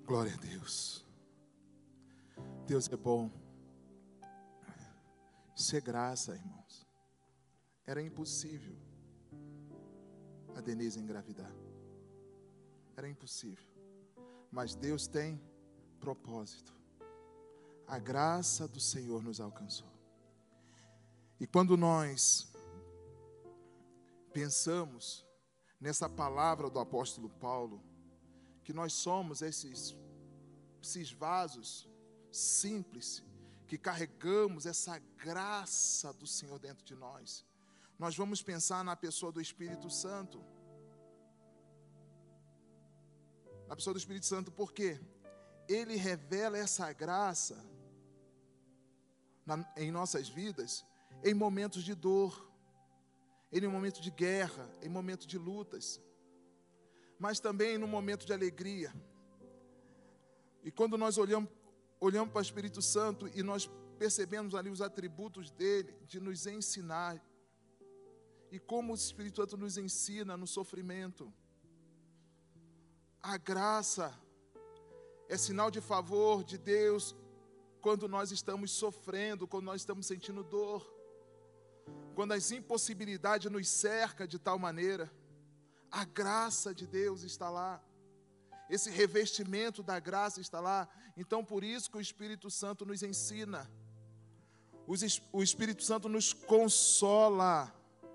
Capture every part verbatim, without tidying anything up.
Glória a Deus. Deus é bom. Isso é graça, irmãos. Era impossível a Denise engravidar. Era impossível. Mas Deus tem propósito. A graça do Senhor nos alcançou. E quando nós pensamos nessa palavra do apóstolo Paulo, que nós somos esses, esses vasos simples, que carregamos essa graça do Senhor dentro de nós, nós vamos pensar na pessoa do Espírito Santo. Na pessoa do Espírito Santo, por quê? Ele revela essa graça na, em nossas vidas, em momentos de dor, em momentos de guerra, em momentos de lutas, mas também no momento de alegria. E quando nós olhamos, olhamos para o Espírito Santo e nós percebemos ali os atributos dele, de nos ensinar, e como o Espírito Santo nos ensina no sofrimento. A graça é sinal de favor de Deus quando nós estamos sofrendo, quando nós estamos sentindo dor, quando as impossibilidades nos cercam de tal maneira. A graça de Deus está lá. Esse revestimento da graça está lá. Então, por isso que o Espírito Santo nos ensina. O Espírito Santo nos consola.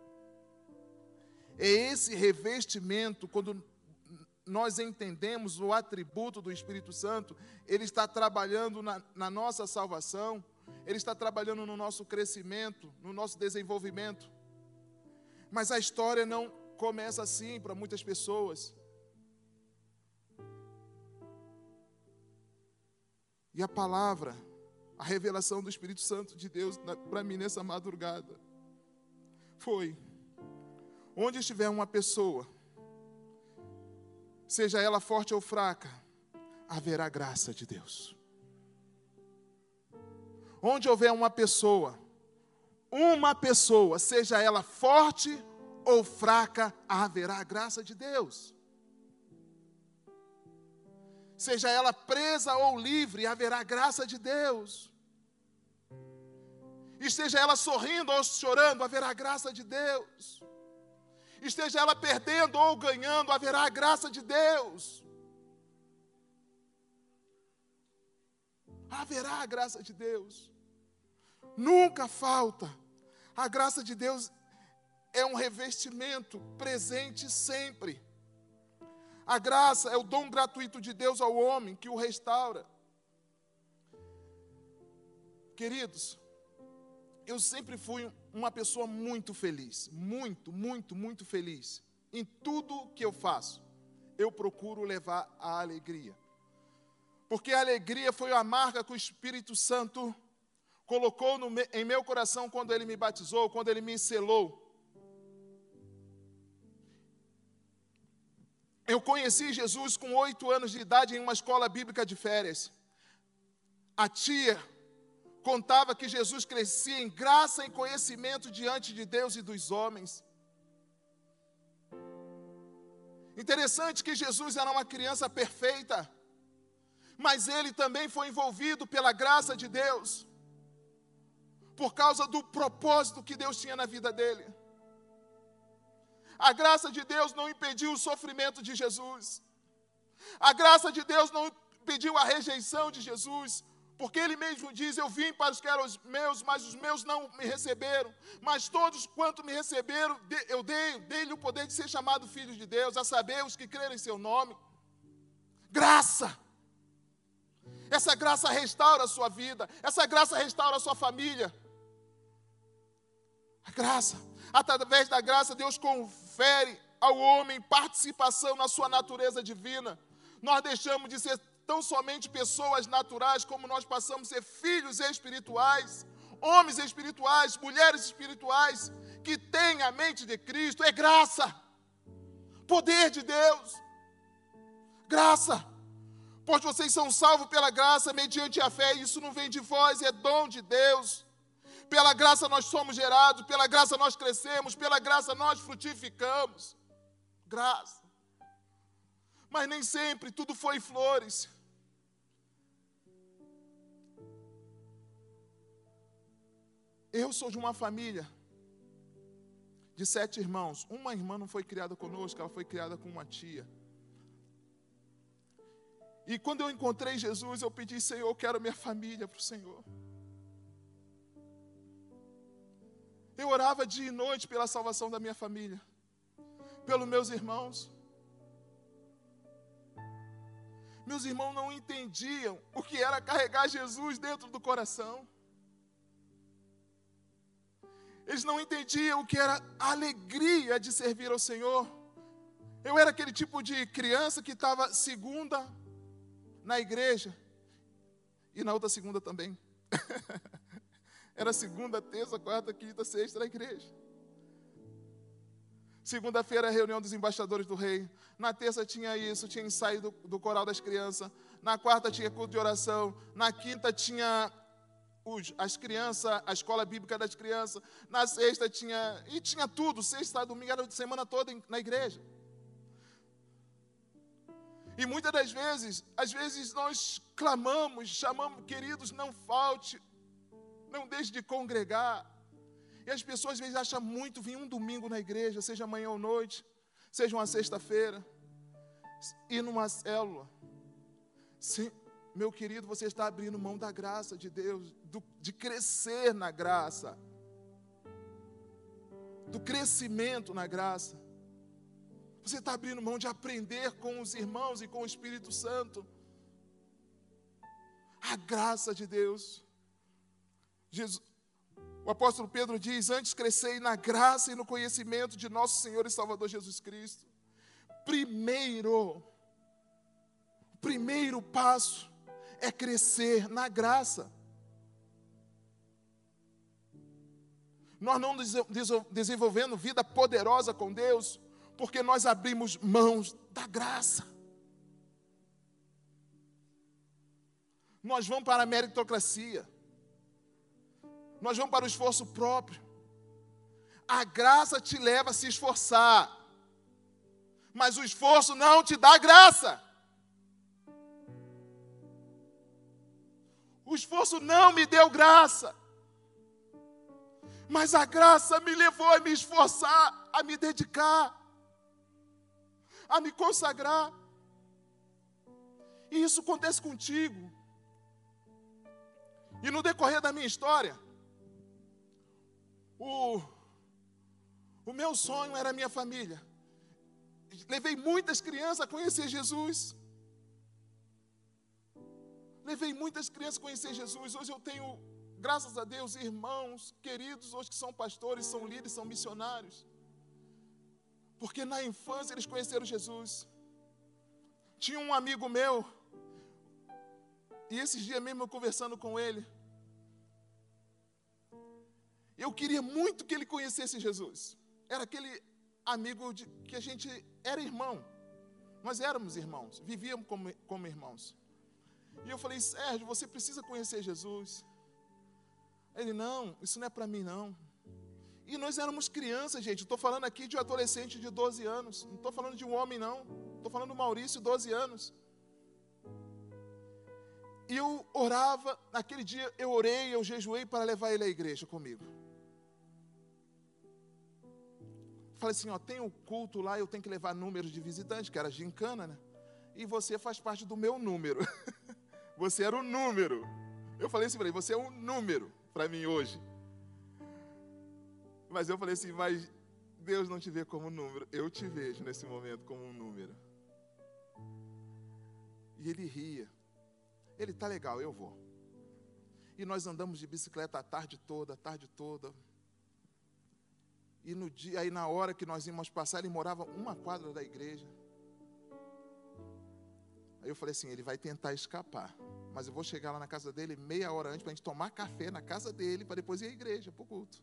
É esse revestimento, quando nós entendemos o atributo do Espírito Santo, ele está trabalhando na, na nossa salvação, ele está trabalhando no nosso crescimento, no nosso desenvolvimento. Mas a história não começa assim para muitas pessoas. E a palavra, a revelação do Espírito Santo de Deus para mim nessa madrugada foi: onde estiver uma pessoa, seja ela forte ou fraca, haverá graça de Deus. Onde houver uma pessoa, uma pessoa, seja ela forte ou fraca, haverá graça de Deus. Seja ela presa ou livre, haverá graça de Deus. Esteja ela sorrindo ou chorando, haverá graça de Deus. Esteja ela perdendo ou ganhando, haverá a graça de Deus. Haverá a graça de Deus. Nunca falta. A graça de Deus é um revestimento presente sempre. A graça é o dom gratuito de Deus ao homem que o restaura. Queridos, eu sempre fui uma pessoa muito feliz, muito, muito, muito feliz. Em tudo que eu faço, eu procuro levar a alegria. Porque a alegria foi a marca que o Espírito Santo colocou no, em meu coração quando Ele me batizou, quando Ele me selou. Eu conheci Jesus com oito anos de idade em uma escola bíblica de férias. A tia contava que Jesus crescia em graça e conhecimento diante de Deus e dos homens. Interessante que Jesus era uma criança perfeita, mas ele também foi envolvido pela graça de Deus, por causa do propósito que Deus tinha na vida dele. A graça de Deus não impediu o sofrimento de Jesus. A graça de Deus não impediu a rejeição de Jesus, porque Ele mesmo diz: eu vim para os que eram os meus, mas os meus não me receberam. Mas todos quanto me receberam, eu dei, dei-lhe o poder de ser chamado filho de Deus, a saber, os que creram em seu nome. Graça. Essa graça restaura a sua vida. Essa graça restaura a sua família. A graça. Através da graça, Deus confere ao homem participação na sua natureza divina. Nós deixamos de ser tão somente pessoas naturais, como nós passamos a ser filhos espirituais, homens espirituais, mulheres espirituais, que têm a mente de Cristo. É graça, poder de Deus, graça, pois vocês são salvos pela graça, mediante a fé, e isso não vem de vós, é dom de Deus. Pela graça nós somos gerados, pela graça nós crescemos, pela graça nós frutificamos. Graça. Mas nem sempre tudo foi flores. Eu sou de uma família de sete irmãos. Uma irmã não foi criada conosco, ela foi criada com uma tia. E quando eu encontrei Jesus, eu pedi, Senhor, eu quero minha família para o Senhor. Eu orava dia e noite pela salvação da minha família, pelos meus irmãos. Meus irmãos não entendiam o que era carregar Jesus dentro do coração. Eles não entendiam o que era a alegria de servir ao Senhor. Eu era aquele tipo de criança que estava segunda na igreja e na outra segunda também. Era segunda, terça, quarta, quinta, sexta na igreja. Segunda-feira a reunião dos embaixadores do rei. Na terça tinha isso, tinha ensaio do, do coral das crianças. Na quarta tinha culto de oração. Na quinta tinha os, as crianças, a escola bíblica das crianças. Na sexta tinha, e tinha tudo, sexta, domingo, era a semana toda na igreja. E muitas das vezes, às vezes nós clamamos, chamamos, queridos, não falte, não deixe de congregar. E as pessoas às vezes acham muito vir um domingo na igreja, seja amanhã ou noite, seja uma sexta-feira, ir numa célula. Sim, meu querido, você está abrindo mão da graça de Deus, do, de crescer na graça, do crescimento na graça. Você está abrindo mão de aprender com os irmãos e com o Espírito Santo. A graça de Deus. Jesus, o apóstolo Pedro diz, antes crescei na graça e no conhecimento de nosso Senhor e Salvador Jesus Cristo. Primeiro, o primeiro passo é crescer na graça. Nós não desenvolvendo vida poderosa com Deus, porque nós abrimos mãos da graça. Nós vamos para a meritocracia. Nós vamos para o esforço próprio. A graça te leva a se esforçar, mas o esforço não te dá graça. O esforço não me deu graça, mas a graça me levou a me esforçar, a me dedicar, a me consagrar. E isso acontece contigo. E no decorrer da minha história, o, o meu sonho era a minha família. Levei muitas crianças a conhecer Jesus. Levei muitas crianças a conhecer Jesus. Hoje eu tenho, graças a Deus, irmãos queridos, hoje que são pastores, são líderes, são missionários. Porque na infância eles conheceram Jesus. Tinha um amigo meu, e esses dias mesmo eu conversando com ele, eu queria muito que ele conhecesse Jesus. Era aquele amigo de, que a gente era irmão. Nós éramos irmãos, vivíamos como, como irmãos. E eu falei, Sérgio, você precisa conhecer Jesus. Ele, não, isso não é para mim não. E nós éramos crianças, gente. Estou falando aqui de um adolescente de doze anos. Não estou falando de um homem, não. Estou falando do Maurício, doze anos. E eu orava, naquele dia eu orei, eu jejuei para levar ele à igreja comigo. Falei assim, ó, tem um culto lá, eu tenho que levar números de visitantes, que era gincana, né? E você faz parte do meu número. Você era um número. Eu falei assim para ele, você é um número para mim hoje. Mas eu falei assim, mas Deus não te vê como número. Eu te vejo nesse momento como um número. E ele ria. Ele, tá legal, eu vou. E nós andamos de bicicleta a tarde toda, a tarde toda. E no dia, aí na hora que nós íamos passar, ele morava uma quadra da igreja. Aí eu falei assim, ele vai tentar escapar. Mas eu vou chegar lá na casa dele meia hora antes para a gente tomar café na casa dele, para depois ir à igreja, para o culto.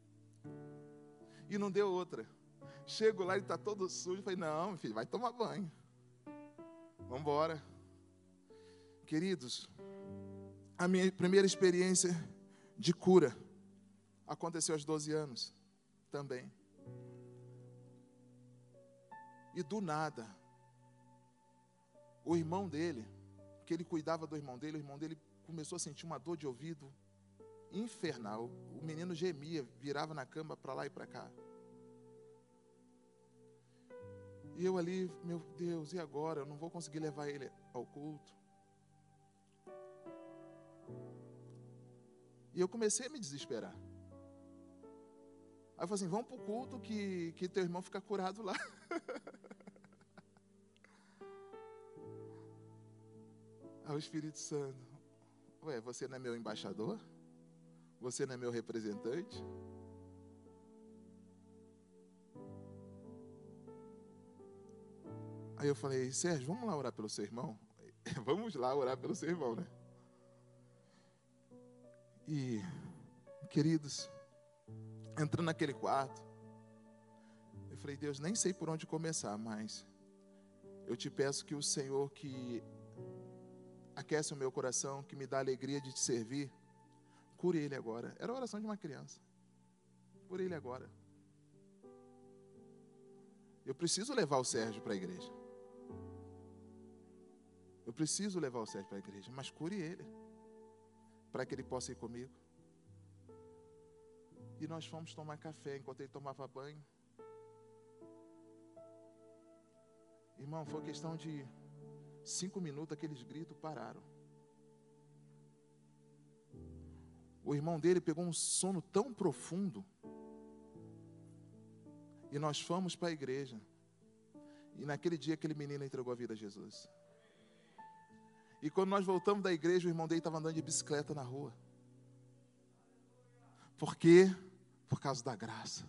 E não deu outra. Chego lá, ele está todo sujo. Falei, não, filho, vai tomar banho. Vamos embora. Queridos, a minha primeira experiência de cura aconteceu aos doze anos também. E do nada, o irmão dele, que ele cuidava do irmão dele, o irmão dele começou a sentir uma dor de ouvido infernal. O menino gemia, virava na cama para lá e para cá. E eu ali, meu Deus, e agora? Eu não vou conseguir levar ele ao culto. E eu comecei a me desesperar. Aí eu falei assim, vamos para o culto que, que teu irmão fica curado lá. Aí o Espírito Santo, ué, você não é meu embaixador? Você não é meu representante? Aí eu falei, Sérgio, vamos lá orar pelo seu irmão? Vamos lá orar pelo seu irmão, né? E, queridos, entrando naquele quarto, eu falei, Deus, nem sei por onde começar, mas eu te peço que o Senhor que aquece o meu coração, que me dá a alegria de te servir, cure ele agora. Era a oração de uma criança. Cure ele agora. Eu preciso levar o Sérgio para a igreja. Eu preciso levar o Sérgio para a igreja, mas cure ele, para que ele possa ir comigo. E nós fomos tomar café enquanto ele tomava banho. Irmão, foi questão de cinco minutos, aqueles gritos pararam. O irmão dele pegou um sono tão profundo. E nós fomos para a igreja. E naquele dia aquele menino entregou a vida a Jesus. E quando nós voltamos da igreja, o irmão dele estava andando de bicicleta na rua. Por quê? Por causa da graça.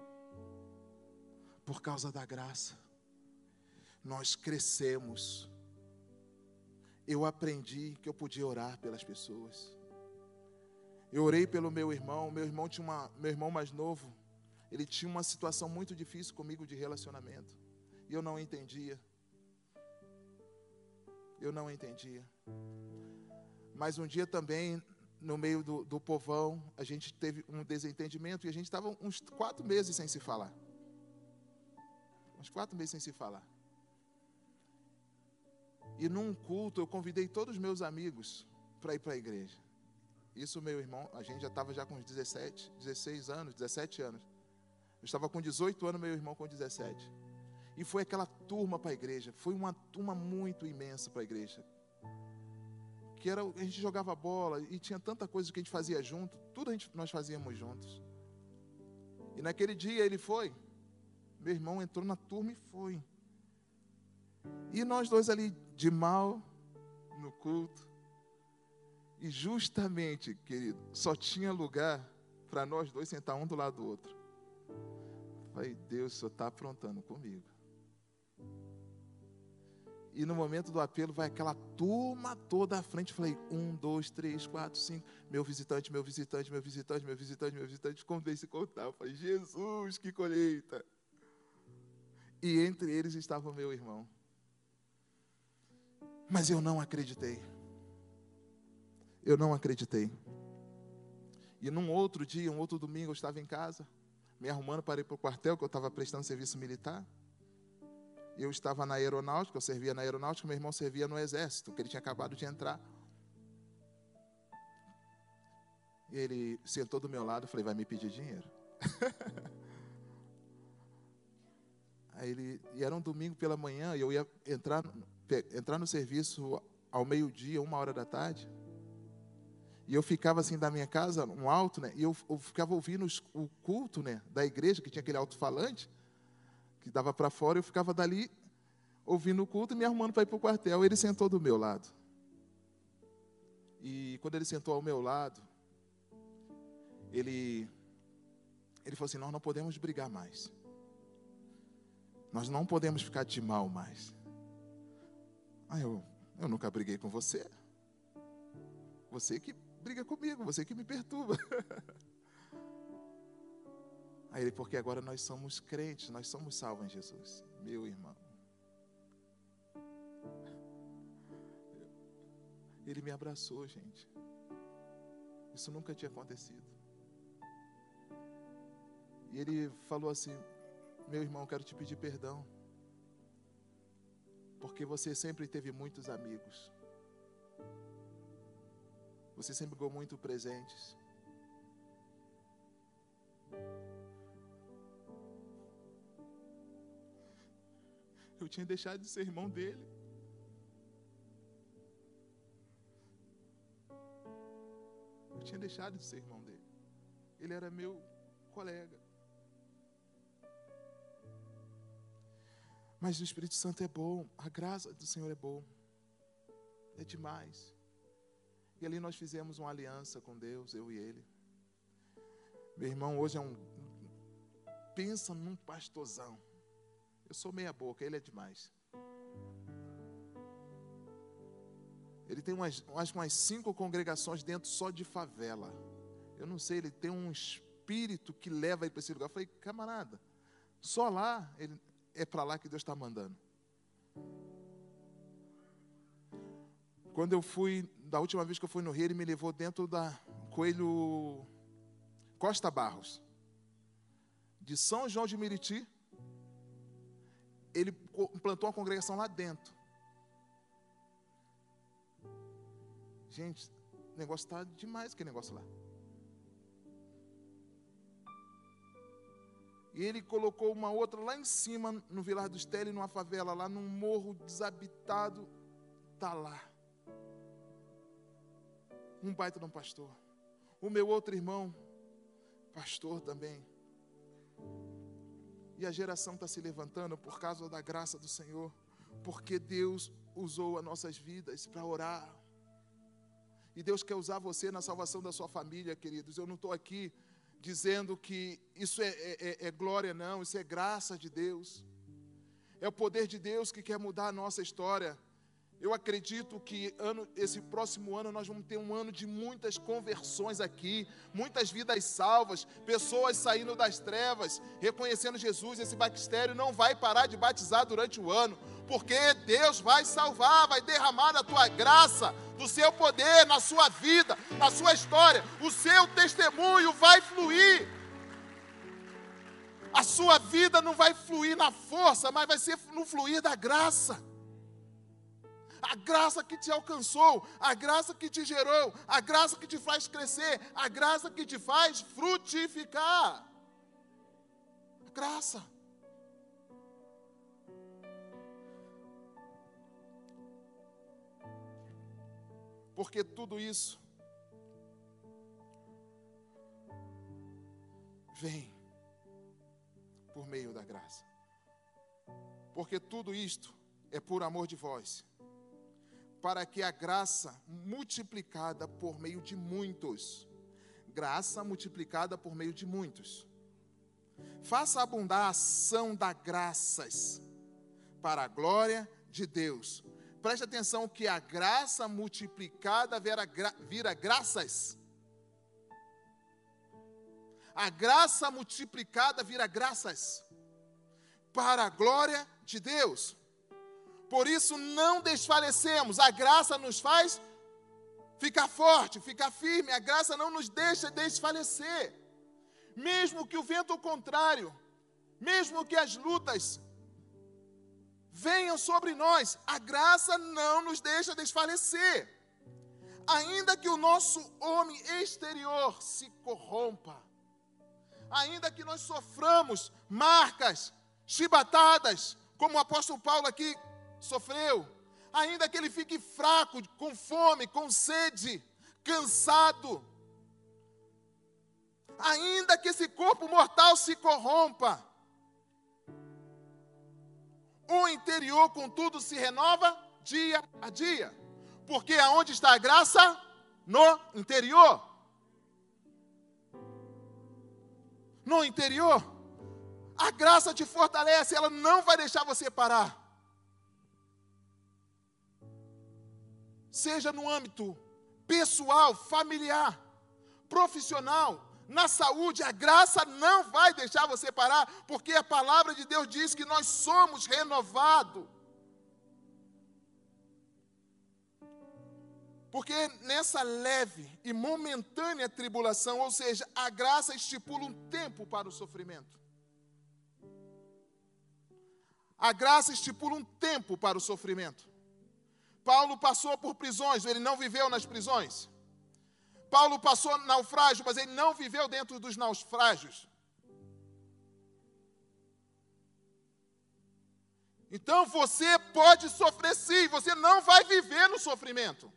Por causa da graça. Nós crescemos. Eu aprendi que eu podia orar pelas pessoas. Eu orei pelo meu irmão. Meu irmão tinha uma, meu irmão mais novo, ele tinha uma situação muito difícil comigo de relacionamento. E eu não entendia. Eu não entendia. Mas um dia também, no meio do, do povão, a gente teve um desentendimento e a gente estava uns quatro meses sem se falar. Uns quatro meses sem se falar. E num culto eu convidei todos os meus amigos para ir para a igreja. Isso, meu irmão, a gente já estava já com uns dezessete, dezesseis anos, dezessete anos. Eu estava com dezoito anos, meu irmão com dezessete. E foi aquela turma para a igreja. Foi uma turma muito imensa para a igreja. Que era, a gente jogava bola e tinha tanta coisa que a gente fazia junto. Tudo a gente, nós fazíamos juntos. E naquele dia ele foi. Meu irmão entrou na turma e foi. E nós dois ali de mal no culto. E justamente, querido, só tinha lugar para nós dois sentar um do lado do outro. Falei, Deus, o Senhor está aprontando comigo. E no momento do apelo vai aquela turma toda à frente. Falei, um, dois, três, quatro, cinco. Meu visitante, meu visitante, meu visitante, meu visitante, meu visitante. Contei se contar. Falei, Jesus, que colheita. E entre eles estava o meu irmão. Mas eu não acreditei. Eu não acreditei. E num outro dia, um outro domingo, eu estava em casa, me arrumando para ir para o quartel, que eu estava prestando serviço militar. Eu estava na aeronáutica, eu servia na aeronáutica, meu irmão servia no exército, que ele tinha acabado de entrar. E ele sentou do meu lado, eu falei, vai me pedir dinheiro? Aí ele, e era um domingo pela manhã, e eu ia entrar, entrar no serviço ao meio-dia, uma hora da tarde. E eu ficava assim da minha casa, um alto, né? E eu, eu ficava ouvindo os, o culto, né, da igreja, que tinha aquele alto-falante, que dava para fora, eu ficava dali ouvindo o culto e me arrumando para ir para o quartel. Ele sentou do meu lado. E quando ele sentou ao meu lado, ele, ele falou assim, nós não podemos brigar mais. Nós não podemos ficar de mal mais. Ah, eu, eu nunca briguei com você. Você que briga comigo, você que me perturba. Aí ele, porque agora nós somos crentes, nós somos salvos em Jesus. Meu irmão. Ele me abraçou, gente. Isso nunca tinha acontecido. E ele falou assim, meu irmão, eu quero te pedir perdão. Porque você sempre teve muitos amigos. Você sempre ficou muito presentes. Eu tinha deixado de ser irmão dele. Eu tinha deixado de ser irmão dele. Ele era meu colega. Mas o Espírito Santo é bom. A graça do Senhor é bom. É demais. E ali nós fizemos uma aliança com Deus, eu e ele. Meu irmão hoje é um... Pensa num pastorzão. Eu sou meia boca, ele é demais. Ele tem umas, umas, umas cinco congregações dentro só de favela. Eu não sei, ele tem um espírito que leva ele para esse lugar. Eu falei, camarada, só lá, ele, é para lá que Deus está mandando. Quando eu fui, da última vez que eu fui no Rio, ele me levou dentro da Coelho Costa Barros, de São João de Meriti. Ele implantou uma congregação lá dentro. Gente, o negócio está demais, aquele negócio lá. E ele colocou uma outra lá em cima, no Vilar do Estélio, numa favela, lá num morro desabitado. Está lá. Um baita de um pastor. O meu outro irmão, pastor também. E a geração está se levantando por causa da graça do Senhor, porque Deus usou as nossas vidas para orar. E Deus quer usar você na salvação da sua família, queridos. Eu não estou aqui dizendo que isso é, é, é glória, não. Isso é graça de Deus. É o poder de Deus que quer mudar a nossa história. Eu acredito que ano, esse próximo ano nós vamos ter um ano de muitas conversões aqui, muitas vidas salvas, pessoas saindo das trevas, reconhecendo Jesus. Esse batistério não vai parar de batizar durante o ano, porque Deus vai salvar, vai derramar da tua graça, do seu poder, na sua vida, na sua história. O seu testemunho vai fluir. A sua vida não vai fluir na força, mas vai ser no fluir da graça. A graça que te alcançou, a graça que te gerou, a graça que te faz crescer, a graça que te faz frutificar. A graça. Porque tudo isso vem por meio da graça. Porque tudo isto é por amor de vós, para que a graça multiplicada por meio de muitos, graça multiplicada por meio de muitos, faça abundar a ação das graças para a glória de Deus. Preste atenção que a graça multiplicada vira, gra, vira graças. A graça multiplicada vira graças para a glória de Deus. Por isso não desfalecemos, a graça nos faz ficar forte, ficar firme, a graça não nos deixa desfalecer. Mesmo que o vento contrário, mesmo que as lutas venham sobre nós, a graça não nos deixa desfalecer. Ainda que o nosso homem exterior se corrompa, ainda que nós soframos marcas, chibatadas, como o apóstolo Paulo aqui sofreu, ainda que ele fique fraco, com fome, com sede, cansado, ainda que esse corpo mortal se corrompa, o interior, contudo, se renova dia a dia, porque aonde está a graça? No interior. No interior, a graça te fortalece, ela não vai deixar você parar. Seja no âmbito pessoal, familiar, profissional, na saúde, a graça não vai deixar você parar, porque a palavra de Deus diz que nós somos renovados. Porque nessa leve e momentânea tribulação, ou seja, a graça estipula um tempo para o sofrimento. A graça estipula um tempo para o sofrimento. Paulo passou por prisões, ele não viveu nas prisões. Paulo passou naufrágio, mas ele não viveu dentro dos naufrágios. Então você pode sofrer sim, você não vai viver no sofrimento.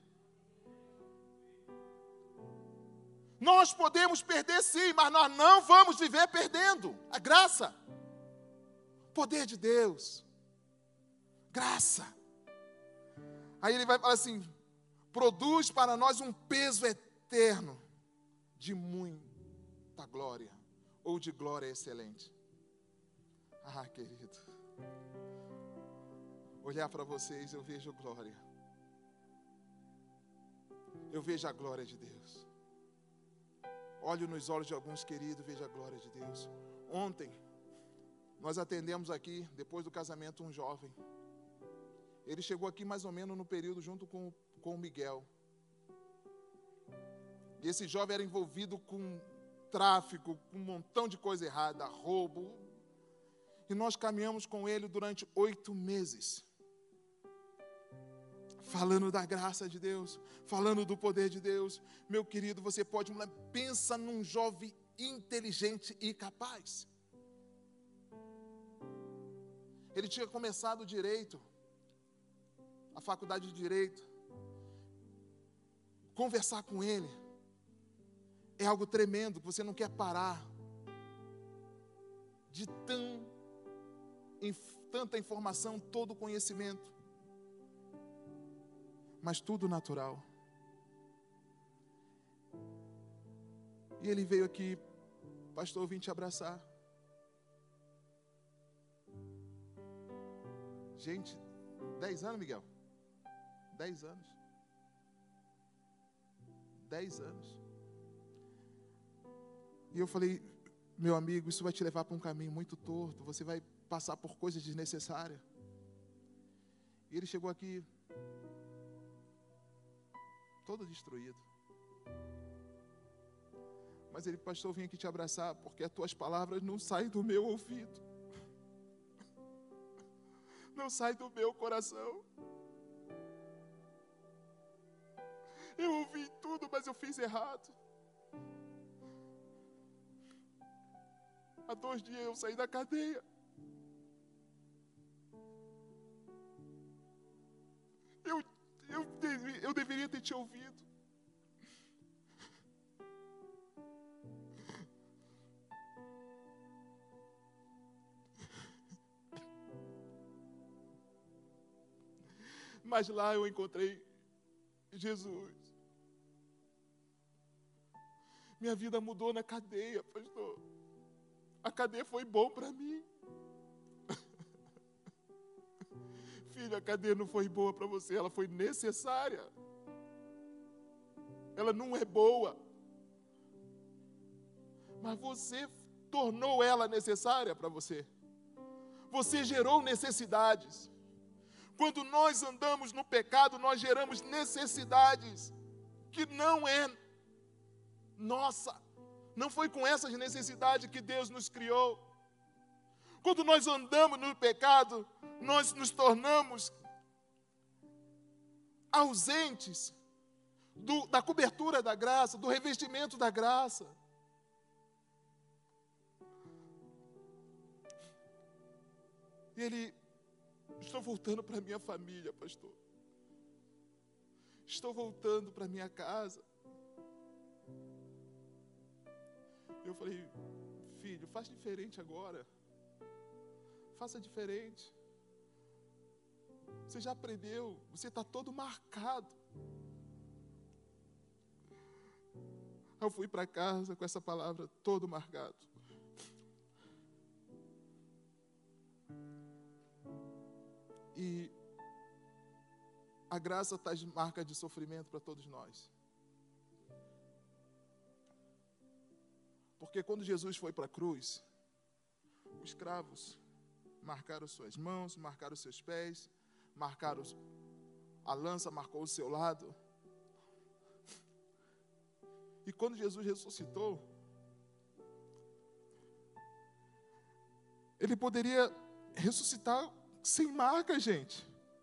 Nós podemos perder sim, mas nós não vamos viver perdendo a graça. Poder de Deus. Graça. Aí ele vai falar assim: produz para nós um peso eterno de muita glória, ou de glória excelente. Ah, querido, olhar para vocês, eu vejo glória. Eu vejo a glória de Deus. Olho nos olhos de alguns queridos, vejo a glória de Deus. Ontem, nós atendemos aqui, depois do casamento, um jovem. Ele chegou aqui mais ou menos no período junto com, com o Miguel. E esse jovem era envolvido com tráfico, com um montão de coisa errada, roubo. E nós caminhamos com ele durante oito meses. Falando da graça de Deus, falando do poder de Deus. Meu querido, você pode, pensa num jovem inteligente e capaz. Ele tinha começado direito, a faculdade de direito. Conversar com ele é algo tremendo, que você não quer parar. De tão, tanta informação, todo conhecimento. Mas tudo natural. E ele veio aqui: pastor, eu vim te abraçar. Gente, dez anos, Miguel? Dez anos. Dez anos. E eu falei: meu amigo, isso vai te levar para um caminho muito torto. Você vai passar por coisas desnecessárias. E ele chegou aqui todo destruído. Mas ele: pastor, eu vim aqui te abraçar, porque as tuas palavras não saem do meu ouvido. Não saem do meu coração. Eu ouvi tudo, mas eu fiz errado. Há dois dias eu saí da cadeia. Eu Eu, deve, eu deveria ter te ouvido. Mas lá eu encontrei Jesus. Minha vida mudou na cadeia, pastor. A cadeia foi bom para mim. Filho, a cadeia não foi boa para você, ela foi necessária. Ela não é boa. Mas você tornou ela necessária para você. Você gerou necessidades. Quando nós andamos no pecado, nós geramos necessidades que não é nossa. Não foi com essas necessidades que Deus nos criou. Quando nós andamos no pecado, nós nos tornamos ausentes do, da cobertura da graça, do revestimento da graça. E ele: estou voltando para minha família, pastor. Estou voltando para minha casa. Eu falei: filho, faz diferente agora. Faça diferente. Você já aprendeu, você está todo marcado. Eu fui para casa com essa palavra, todo marcado. E a graça traz marca de sofrimento para todos nós. Porque quando Jesus foi para a cruz, os escravos marcaram suas mãos, marcaram seus pés, marcaram a lança, marcou o seu lado. E quando Jesus ressuscitou, ele poderia ressuscitar sem marca, gente.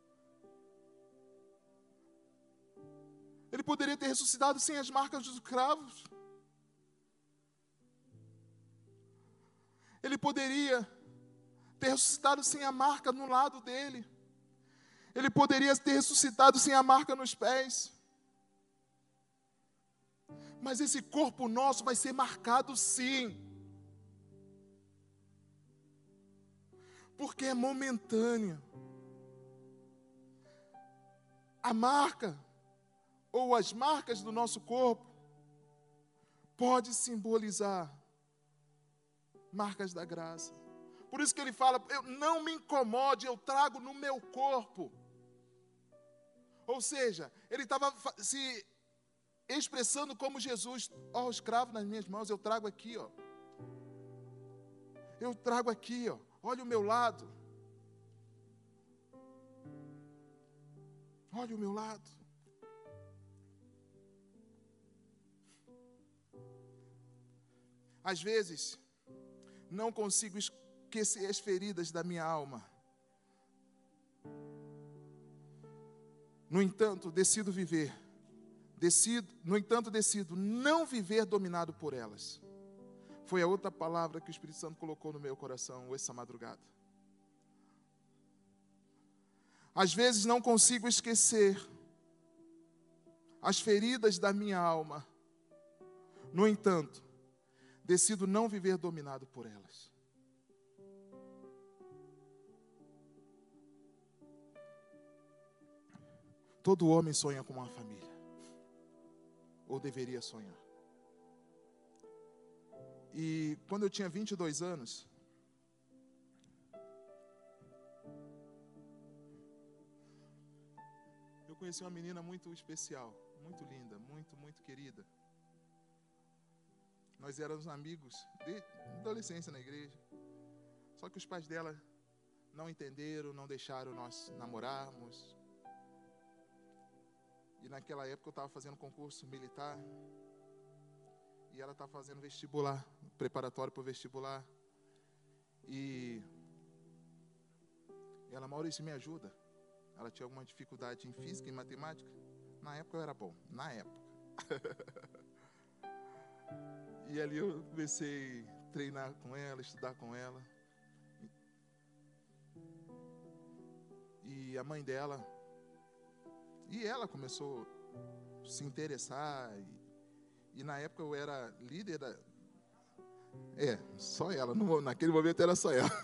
Ele poderia ter ressuscitado sem as marcas dos escravos. Ele poderia ter ressuscitado sem a marca no lado dele. Ele poderia ter ressuscitado sem a marca nos pés. Mas esse corpo nosso vai ser marcado sim. Porque é momentâneo. A marca, ou as marcas do nosso corpo, pode simbolizar marcas da graça. Por isso que ele fala, eu não me incomode, eu trago no meu corpo. Ou seja, ele estava se expressando como Jesus, ó, o escravo nas minhas mãos, eu trago aqui, ó. Eu trago aqui, ó. Olha o meu lado. Olha o meu lado. Às vezes, não consigo esquecer as feridas da minha alma. No entanto, decido viver. Decido, no entanto, decido não viver dominado por elas. Foi a outra palavra que o Espírito Santo colocou no meu coração essa madrugada. Às vezes não consigo esquecer as feridas da minha alma. No entanto, decido não viver dominado por elas. Todo homem sonha com uma família. Ou deveria sonhar. E quando eu tinha vinte e dois anos, eu conheci uma menina muito especial, muito linda, muito, muito querida. Nós éramos amigos de adolescência na igreja. Só que os pais dela não entenderam, não deixaram nós namorarmos. E naquela época eu estava fazendo concurso militar. E ela estava fazendo vestibular, preparatório para o vestibular. E ela, Maurício, me ajuda. Ela tinha alguma dificuldade em física e matemática. Na época eu era bom, na época. E ali eu comecei a treinar com ela, estudar com ela. E a mãe dela, e ela começou a se interessar. E, e na época eu era líder da... É, só ela, no, naquele momento era só ela.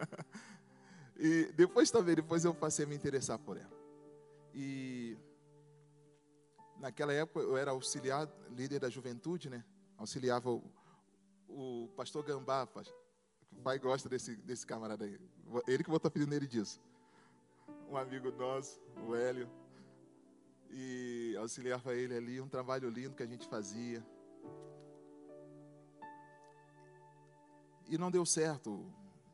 E depois também, depois eu passei a me interessar por ela. E naquela época eu era auxiliar, líder da juventude, né? Auxiliava o, o pastor Gambá. O pai gosta desse, desse camarada aí. Ele que botou apelido nele disso. Um amigo nosso, o Hélio. E auxiliava ele ali, um trabalho lindo que a gente fazia. E não deu certo.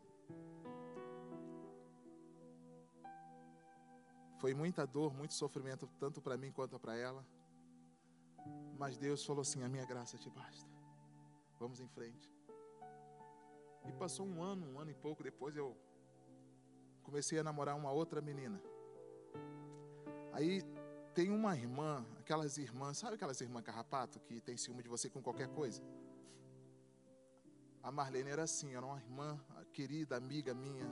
Foi muita dor, muito sofrimento, tanto para mim quanto para ela. Mas Deus falou assim, a minha graça te basta. Vamos em frente. E passou um ano, um ano e pouco depois eu comecei a namorar uma outra menina. Aí tem uma irmã, aquelas irmãs, sabe aquelas irmãs carrapato que tem ciúme de você com qualquer coisa? A Marlene era assim, era uma irmã querida, amiga minha.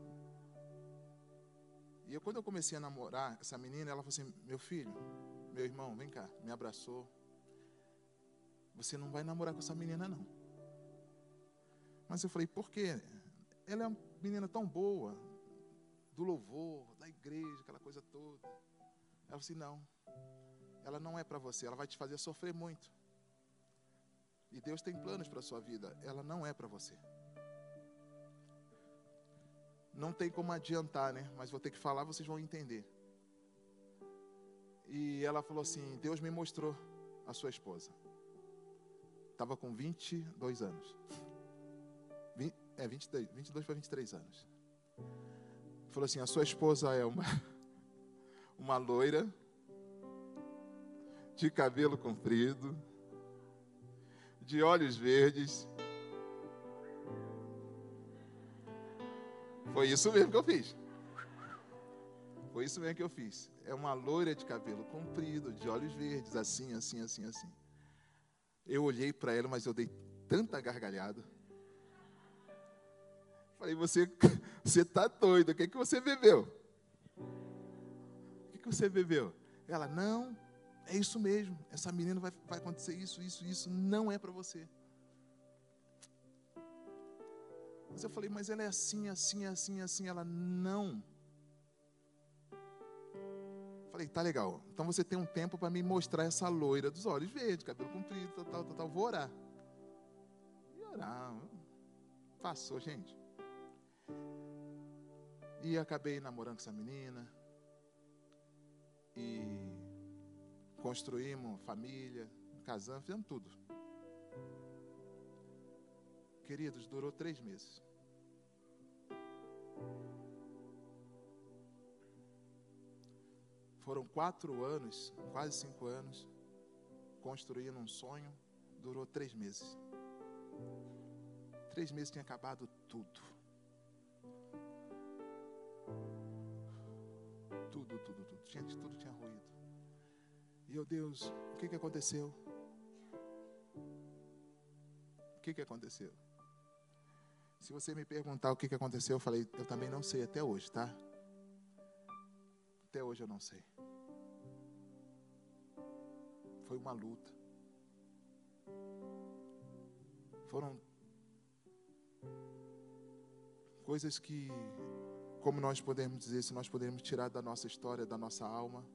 E eu, quando eu comecei a namorar essa menina, ela falou assim, meu filho, meu irmão, vem cá, me abraçou. Você não vai namorar com essa menina, não. Mas eu falei, por quê? Ela é uma menina tão boa, do louvor, da igreja, aquela coisa toda. Ela falou assim, não, ela não é para você, ela vai te fazer sofrer muito. E Deus tem planos para a sua vida, ela não é para você. Não tem como adiantar, né? Mas vou ter que falar, vocês vão entender. E ela falou assim, Deus me mostrou a sua esposa. Estava com vinte e dois anos. vinte, é, vinte e dois, vinte e dois para vinte e três anos. Falou assim, a sua esposa é uma, uma loira, de cabelo comprido, de olhos verdes. Foi isso mesmo que eu fiz. Foi isso mesmo que eu fiz. É uma loira de cabelo comprido, de olhos verdes, assim, assim, assim, assim. Eu olhei para ela, mas eu dei tanta gargalhada. Falei, você você está doido, o que, que você bebeu? O que, que você bebeu? Ela, não, é isso mesmo, essa menina vai, vai acontecer isso, isso, isso, não é para você. Mas eu falei, mas ela é assim, assim, assim, assim. Ela, não. Falei, tá legal, então você tem um tempo para me mostrar essa loira dos olhos verdes, cabelo comprido, tal, tal, tal, tal. Vou orar. E orar, passou, gente. E acabei namorando com essa menina. E construímos família, casamos, fizemos tudo. Queridos, durou três meses. Foram quatro anos, quase cinco anos, construindo um sonho, durou três meses. Três meses tinha acabado tudo. Tudo, tudo, tudo. Gente, tudo tinha ruído. E eu, Deus, o que que aconteceu? O que que aconteceu? Se você me perguntar o que que aconteceu, eu falei, eu também não sei até hoje, tá? Até hoje eu não sei. Foi uma luta. Foram coisas que, como nós podemos dizer, se nós podemos tirar da nossa história, da nossa alma,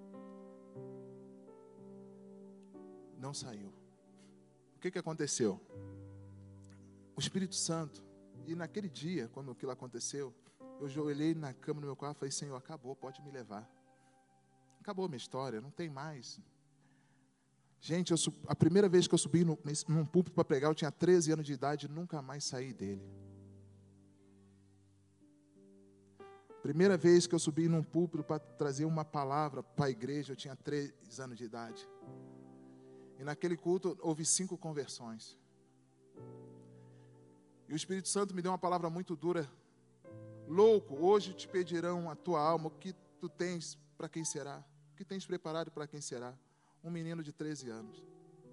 não saiu. O que que aconteceu? O Espírito Santo, e naquele dia, quando aquilo aconteceu, eu olhei na cama do meu quarto e falei, Senhor, acabou, pode me levar. Acabou a minha história, não tem mais. Gente, eu, a primeira vez que eu subi no, nesse, num púlpito para pregar, eu tinha treze anos de idade e nunca mais saí dele. Primeira vez que eu subi num púlpito para trazer uma palavra para a igreja, eu tinha treze anos de idade. E naquele culto houve cinco conversões. E o Espírito Santo me deu uma palavra muito dura. Louco, hoje te pedirão a tua alma, o que tu tens para quem será? O que tens preparado para quem será? Um menino de treze anos.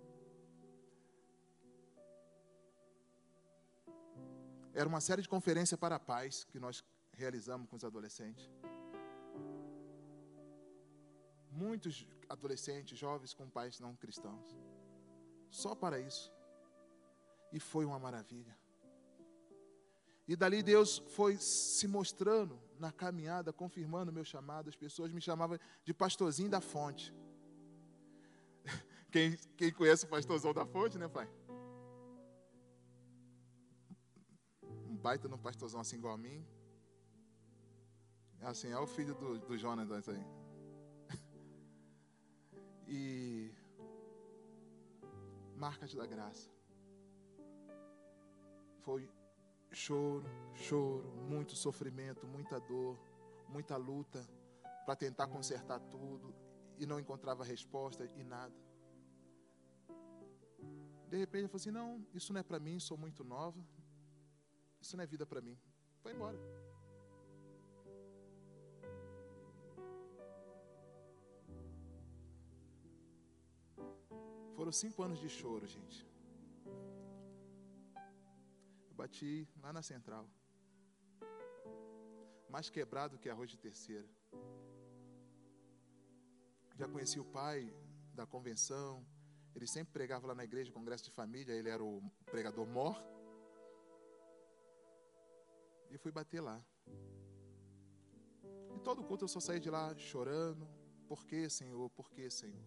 Era uma série de conferências para pais que nós realizamos com os adolescentes. Muitos adolescentes, jovens com pais não cristãos. Só para isso. E foi uma maravilha. E dali Deus foi se mostrando na caminhada, confirmando o meu chamado. As pessoas me chamavam de pastorzinho da fonte. Quem, quem conhece o pastorzão da fonte, né, pai? Um baita de um pastorzão assim igual a mim. Assim, é o filho do, do Jonas aí. E marcas da graça. Foi choro, choro, muito sofrimento, muita dor, muita luta para tentar consertar tudo e não encontrava resposta e nada. De repente eu falei assim, não, isso não é para mim, sou muito nova, isso não é vida para mim. Foi embora. Foram cinco anos de choro, gente. Eu bati lá na central. Mais quebrado que arroz de terceira. Já conheci o pai da convenção. Ele sempre pregava lá na igreja, congresso de família. Ele era o pregador mor. E fui bater lá. E todo culto eu só saí de lá chorando. Por que, Senhor? Por que, Senhor?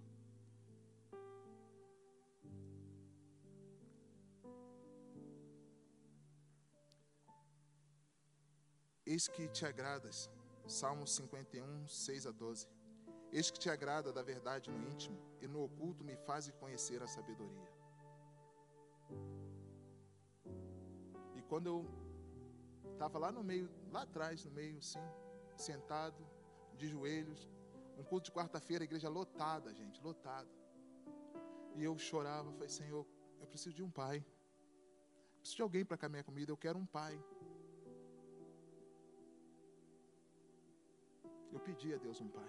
Eis que te agradas. Salmos cinquenta e um, seis a doze. Eis que te agrada da verdade no íntimo, e no oculto me faz conhecer a sabedoria. E quando eu estava lá no meio, lá atrás, no meio, assim, sentado, de joelhos, um culto de quarta-feira, a igreja lotada, gente, lotada. E eu chorava, falei, Senhor, eu preciso de um pai. Preciso de alguém para caminhar comigo, eu quero um pai. Eu pedi a Deus um pai.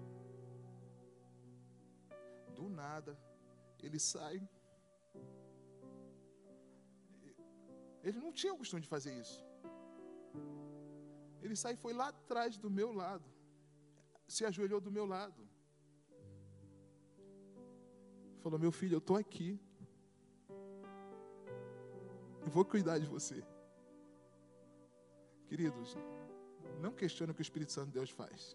Do nada, ele sai. Ele não tinha o costume de fazer isso. Ele saiu e foi lá atrás do meu lado. Se ajoelhou do meu lado. Falou, meu filho, eu estou aqui. Eu vou cuidar de você. Queridos, não questione o que o Espírito Santo de Deus faz.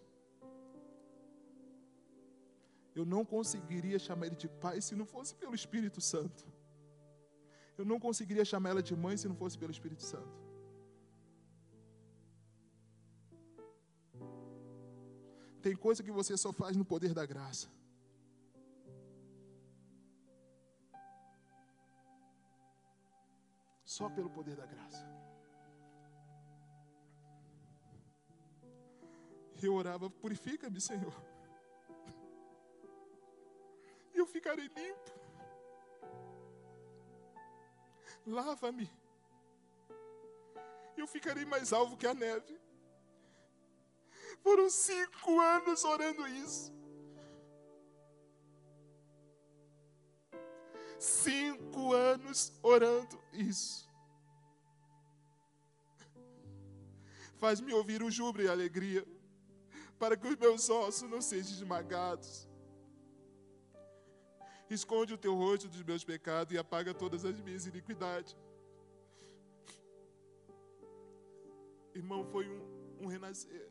Eu não conseguiria chamar ele de pai se não fosse pelo Espírito Santo. Eu não conseguiria chamar ela de mãe se não fosse pelo Espírito Santo. Tem coisa que você só faz no poder da graça. Só pelo poder da graça. Eu orava, purifica-me, Senhor. E eu ficarei limpo. Lava-me. Eu ficarei mais alvo que a neve. Foram cinco anos orando isso. Cinco anos orando isso. Faz-me ouvir o júbilo e a alegria, para que os meus ossos não sejam esmagados. Esconde o teu rosto dos meus pecados e apaga todas as minhas iniquidades. Irmão, foi um, um renascer.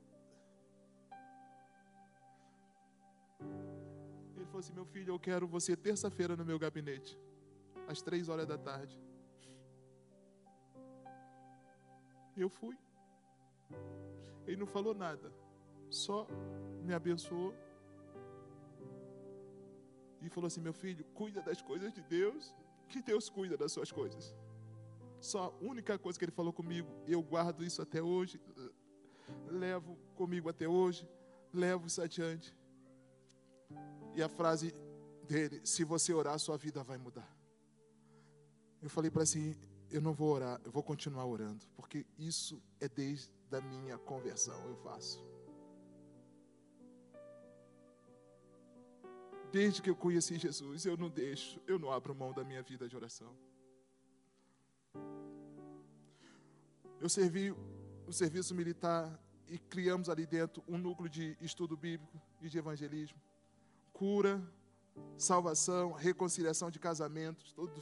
Ele falou assim, meu filho, eu quero você terça-feira no meu gabinete, às três horas da tarde. Eu fui. Ele não falou nada, só me abençoou. E falou assim, meu filho, cuida das coisas de Deus, que Deus cuida das suas coisas. Só a única coisa que ele falou comigo, eu guardo isso até hoje, levo comigo até hoje, levo isso adiante. E a frase dele, se você orar, sua vida vai mudar. Eu falei para assim, eu não vou orar, eu vou continuar orando, porque isso é desde a minha conversão, eu faço. Desde que eu conheci Jesus, eu não deixo, eu não abro mão da minha vida de oração. Eu servi o serviço militar e criamos ali dentro um núcleo de estudo bíblico e de evangelismo. Cura, salvação, reconciliação de casamentos, tudo.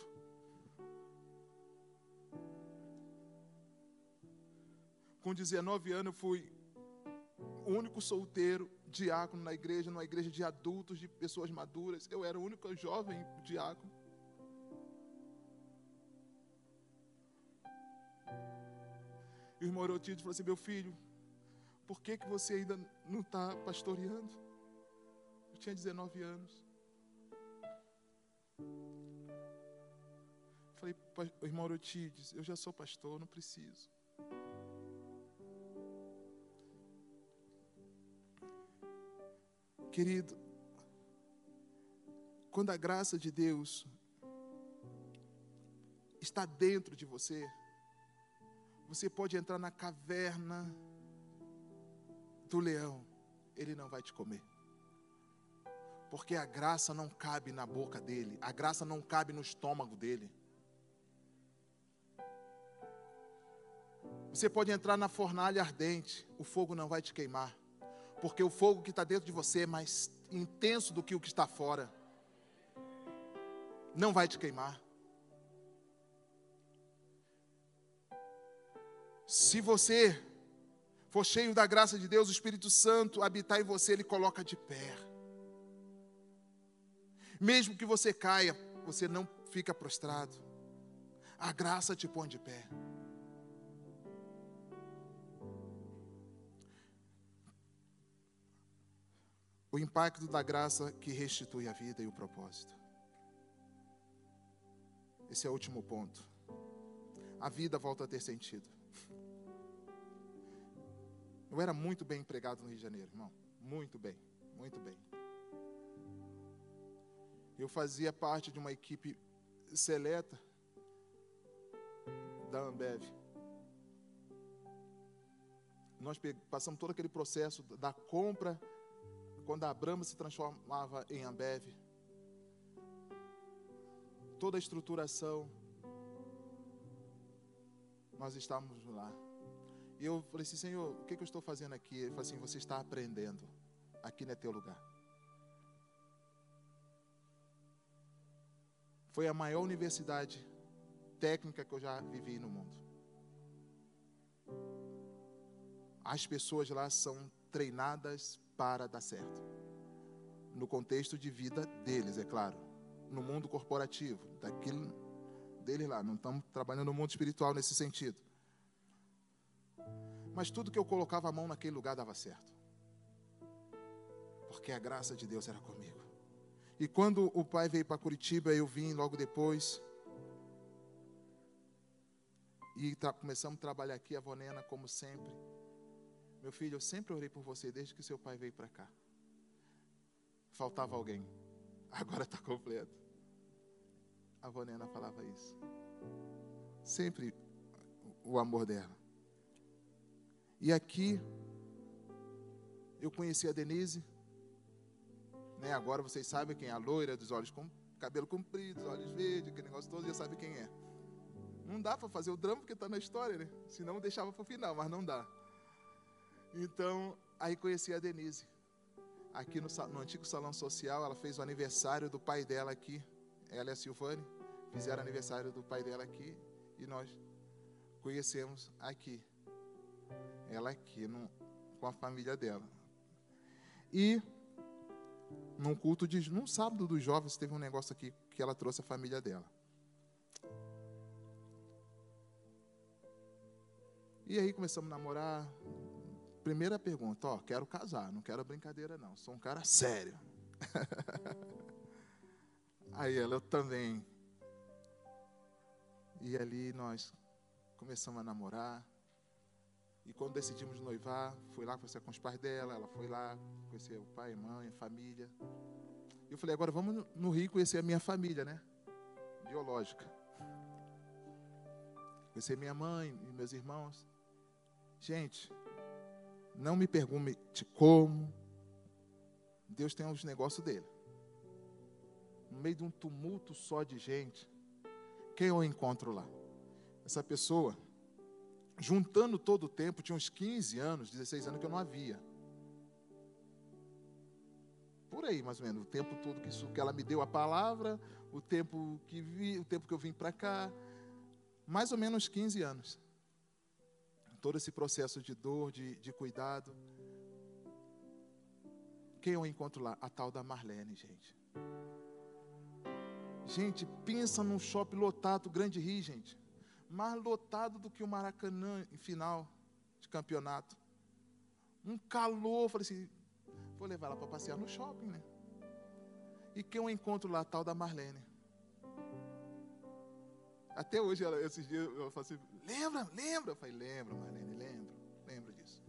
Com dezenove anos eu fui o único solteiro diácono na igreja, numa igreja de adultos, de pessoas maduras. Eu era o único jovem diácono. E o irmão Erotídio falou assim, meu filho, por que, que você ainda não está pastoreando? Eu tinha dezenove anos. Falei, irmão Erotídio, eu já sou pastor, não preciso. Querido, quando a graça de Deus está dentro de você, você pode entrar na caverna do leão, ele não vai te comer. Porque a graça não cabe na boca dele, a graça não cabe no estômago dele. Você pode entrar na fornalha ardente, o fogo não vai te queimar. Porque o fogo que está dentro de você é mais intenso do que o que está fora. Não vai te queimar. Se você for cheio da graça de Deus, o Espírito Santo habitar em você, Ele coloca de pé. Mesmo que você caia, você não fica prostrado. A graça te põe de pé. O impacto da graça que restitui a vida e o propósito. Esse é o último ponto. A vida volta a ter sentido. Eu era muito bem empregado no Rio de Janeiro, irmão. Muito bem, muito bem. Eu fazia parte de uma equipe seleta da Ambev. Nós passamos todo aquele processo da compra, quando a Brahma se transformava em Ambev, toda a estruturação, nós estávamos lá. E eu falei assim, Senhor, o que, que eu estou fazendo aqui? Ele falou assim, você está aprendendo. Aqui não é teu lugar. Foi a maior universidade técnica que eu já vivi no mundo. As pessoas lá são treinadas para dar certo. No contexto de vida deles, é claro. No mundo corporativo, daquilo deles lá. Não estamos trabalhando no mundo espiritual nesse sentido. Mas tudo que eu colocava a mão naquele lugar dava certo. Porque a graça de Deus era comigo. E quando o pai veio para Curitiba, eu vim logo depois. E tra- começamos a trabalhar aqui, a Vonena, como sempre. Meu filho, eu sempre orei por você desde que seu pai veio para cá. Faltava alguém. Agora está completo. A Vonena falava isso. Sempre o amor dela. E aqui, eu conheci a Denise. Né? Agora vocês sabem quem é a loira, dos olhos com cabelo comprido, olhos verdes, aquele negócio todo, já sabe quem é. Não dá para fazer o drama porque está na história, né? Senão deixava para o final, mas não dá. Então, aí conheci a Denise. Aqui no, no antigo salão social, ela fez o aniversário do pai dela aqui. Ela e a Silvane fizeram aniversário do pai dela aqui. E nós conhecemos aqui. Ela aqui, no, com a família dela. E, num culto de... Num sábado dos jovens, teve um negócio aqui que ela trouxe a família dela. E aí começamos a namorar. Primeira pergunta, ó, quero casar, não quero brincadeira não, sou um cara sério. Aí ela, eu também. E ali nós começamos a namorar. E quando decidimos noivar, fui lá conversar com os pais dela, ela foi lá conhecer o pai, a mãe, a família. E eu falei, agora vamos no Rio conhecer a minha família, né? Biológica. Conhecer minha mãe e meus irmãos. Gente, não me pergunte como. Deus tem uns negócios dele. No meio de um tumulto só de gente, quem eu encontro lá? Essa pessoa, juntando todo o tempo, tinha uns quinze anos, dezesseis anos que eu não havia. Por aí, mais ou menos, o tempo todo que, isso, que ela me deu a palavra, o tempo que vi, o tempo que eu vim para cá, mais ou menos quinze anos. Todo esse processo de dor, de, de cuidado. Quem eu encontro lá? A tal da Marlene, gente. Gente, pensa num shopping lotado, Grande Rio, gente. Mais lotado do que o Maracanã em final de campeonato. Um calor, falei assim, vou levar ela para passear no shopping, né? E quem eu encontro lá? A tal da Marlene. Até hoje, ela, esses dias, eu falo assim, lembra, lembra? Eu falei, lembro, Marlene, lembro, lembro disso.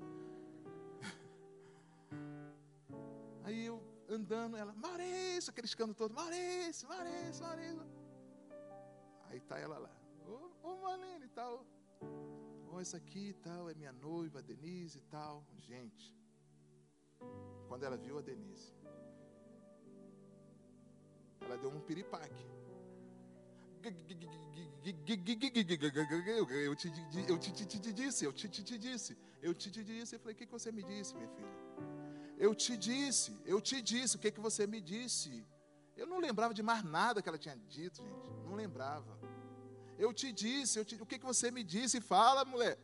Aí eu andando, ela, Maurício, aquele escândalo todo, Maurício, Maurício, Maurício. Aí tá ela lá, ô, ô Marlene e tal, ô, essa aqui e tal, é minha noiva, a Denise e tal. Gente, quando ela viu a Denise, ela deu um piripaque. Eu te, eu te, te, te disse, eu te, te, te disse, eu te, te disse. Eu falei, o que, que você me disse, minha filha? Eu te disse, eu te disse, o que, que você me disse? Eu não lembrava de mais nada que ela tinha dito, gente, não lembrava. Eu te disse, eu te, o que, que você me disse? Fala, mulher.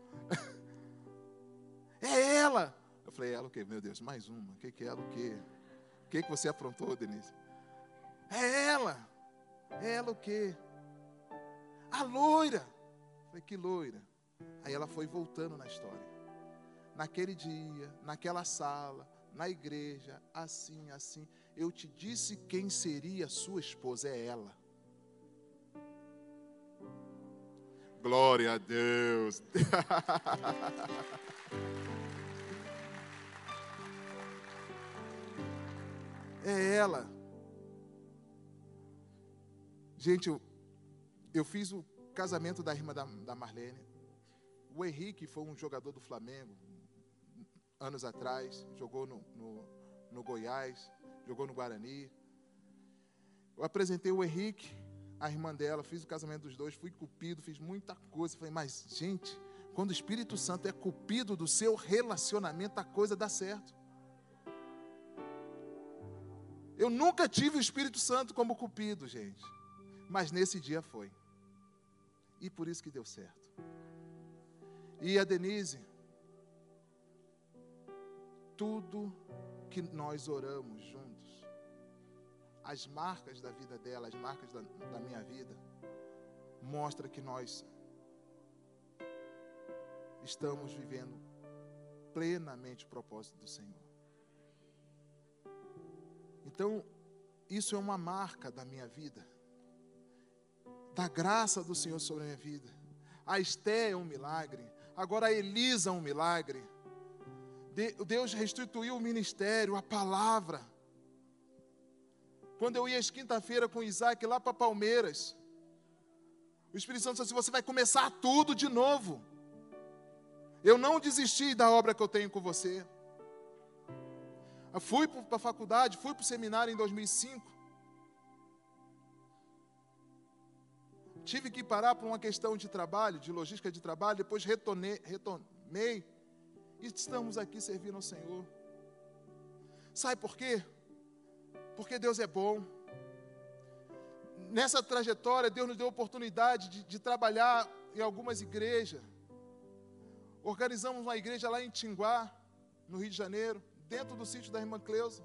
É ela. Eu falei, ela o quê? Meu Deus, mais uma. O que, que é ela o quê? O que, que você aprontou, Denise? É ela. É ela o quê? A loira. Eu falei, que loira? Aí ela foi voltando na história. Naquele dia, naquela sala, na igreja, assim, assim. Eu te disse quem seria sua esposa, é ela. Glória a Deus. É ela. Gente, eu, eu fiz o casamento da irmã da, da Marlene. O Henrique foi um jogador do Flamengo, anos atrás, jogou no, no, no Goiás, jogou no Guarani. Eu apresentei o Henrique, a irmã dela, fiz o casamento dos dois, fui cupido, fiz muita coisa. Falei, mas gente, Quando o Espírito Santo é cupido do seu relacionamento, a coisa dá certo. Eu nunca tive o Espírito Santo como cupido, gente. Mas nesse dia foi. E por isso que deu certo. E a Denise, tudo que nós oramos juntos, as marcas da vida dela, as marcas da, da minha vida, mostra que nós estamos vivendo plenamente o propósito do Senhor. Então, isso é uma marca da minha vida, da graça do Senhor sobre a minha vida. A Esté é um milagre, agora a Elisa é um milagre. Deus restituiu o ministério, a palavra. Quando eu ia às quinta-feira com o Isaac lá para Palmeiras, o Espírito Santo disse assim: você vai começar tudo de novo. Eu não desisti da obra que eu tenho com você. Eu fui para a faculdade, fui para o seminário em dois mil e cinco. Tive que parar por uma questão de trabalho, de logística de trabalho, depois retornei, retornei e estamos aqui servindo ao Senhor. Sabe por quê? Porque Deus é bom. Nessa trajetória, Deus nos deu a oportunidade de, de trabalhar em algumas igrejas. Organizamos uma igreja lá em Tinguá, no Rio de Janeiro, dentro do sítio da irmã Cleusa.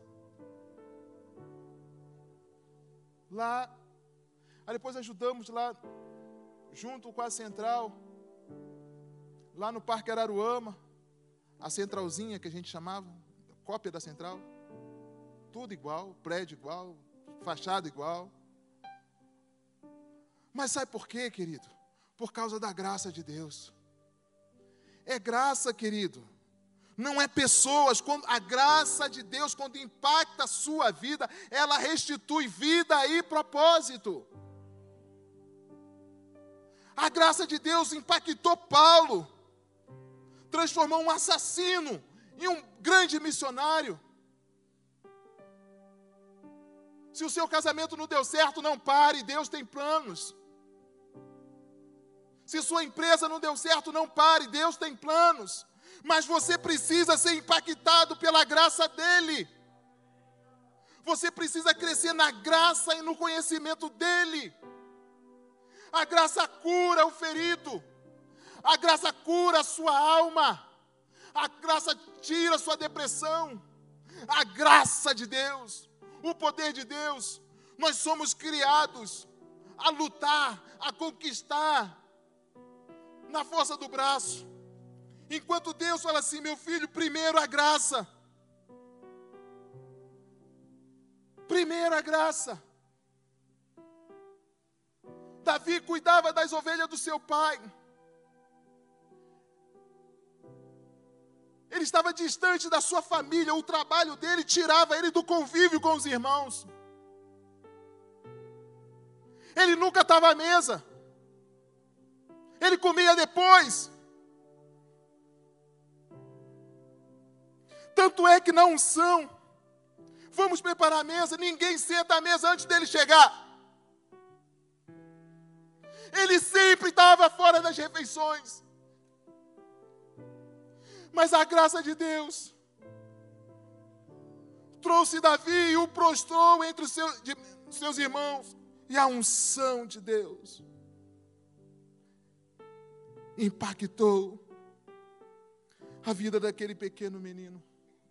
Lá, aí depois ajudamos lá, junto com a Central, lá no Parque Araruama, a centralzinha que a gente chamava, cópia da Central. Tudo igual, prédio igual, fachada igual. Mas sabe por quê, querido? Por causa da graça de Deus. É graça, querido. Não é pessoas. Quando a graça de Deus, quando impacta a sua vida, ela restitui vida e propósito. A graça de Deus impactou Paulo, transformou um assassino em um grande missionário. Se o seu casamento não deu certo, não pare, Deus tem planos. Se sua empresa não deu certo, não pare, Deus tem planos. Mas você precisa ser impactado pela graça dEle. Você precisa crescer na graça e no conhecimento dEle. A graça cura o ferido. A graça cura a sua alma. A graça tira a sua depressão. A graça de Deus, o poder de Deus. Nós somos criados a lutar, a conquistar na força do braço. Enquanto Deus fala assim: meu filho, primeiro a graça. Primeiro a graça. Davi cuidava das ovelhas do seu pai. Ele estava distante da sua família. O trabalho dele tirava ele do convívio com os irmãos. Ele nunca estava à mesa. Ele comia depois. Tanto é que na unção, vamos preparar a mesa, ninguém senta à mesa antes dele chegar. Ele sempre estava fora das refeições. Mas a graça de Deus trouxe Davi e o prostrou entre os seus, de, seus irmãos. E a unção de Deus impactou a vida daquele pequeno menino.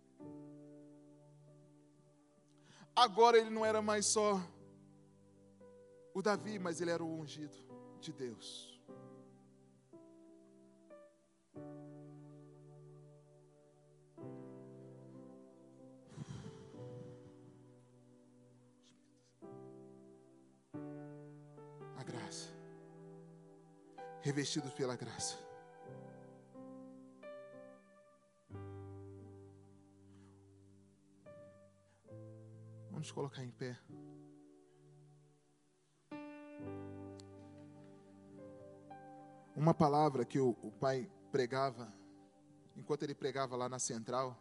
Agora ele não era mais só o Davi, mas ele era o ungido de Deus. A graça. Revestidos pela graça. Vamos colocar em pé. Uma palavra que o, o pai pregava, enquanto ele pregava lá na Central.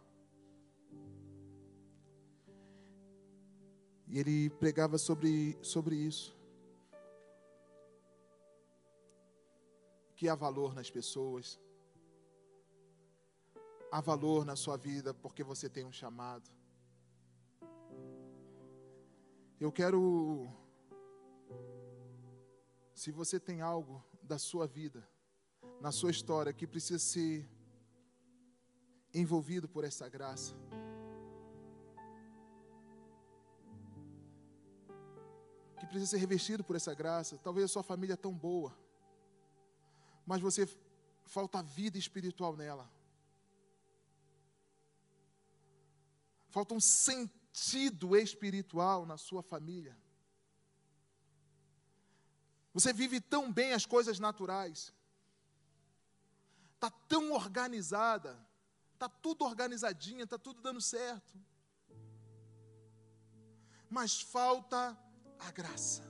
E ele pregava sobre, sobre isso. Que há valor nas pessoas, há valor na sua vida porque você tem um chamado. Eu quero, se você tem algo da sua vida, na sua história, que precisa ser envolvido por essa graça, que precisa ser revestido por essa graça. Talvez a sua família é tão boa, mas você falta vida espiritual nela. Falta um sentido espiritual na sua família. Você vive tão bem as coisas naturais. Está tão organizada. Está tudo organizadinho, está tudo dando certo. Mas falta a graça.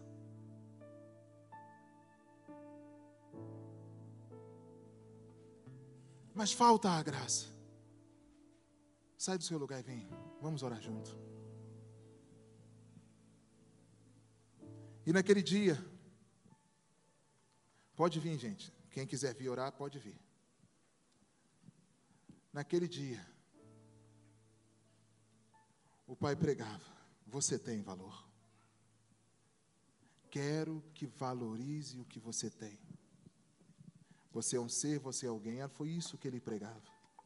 Mas falta a graça. Sai do seu lugar e vem. Vamos orar junto. E naquele dia, pode vir, gente. Quem quiser vir orar, pode vir. Naquele dia, o pai pregava: você tem valor. Quero que valorize o que você tem. Você é um ser, você é alguém. Foi isso que ele pregava.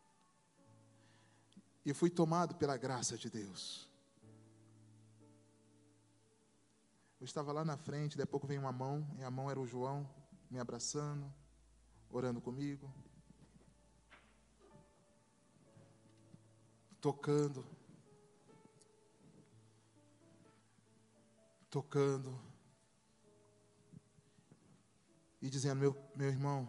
E eu fui tomado pela graça de Deus. Eu estava lá na frente, daqui a pouco veio uma mão, e a mão era o João, me abraçando, orando comigo, tocando, tocando, e dizendo: meu, meu irmão,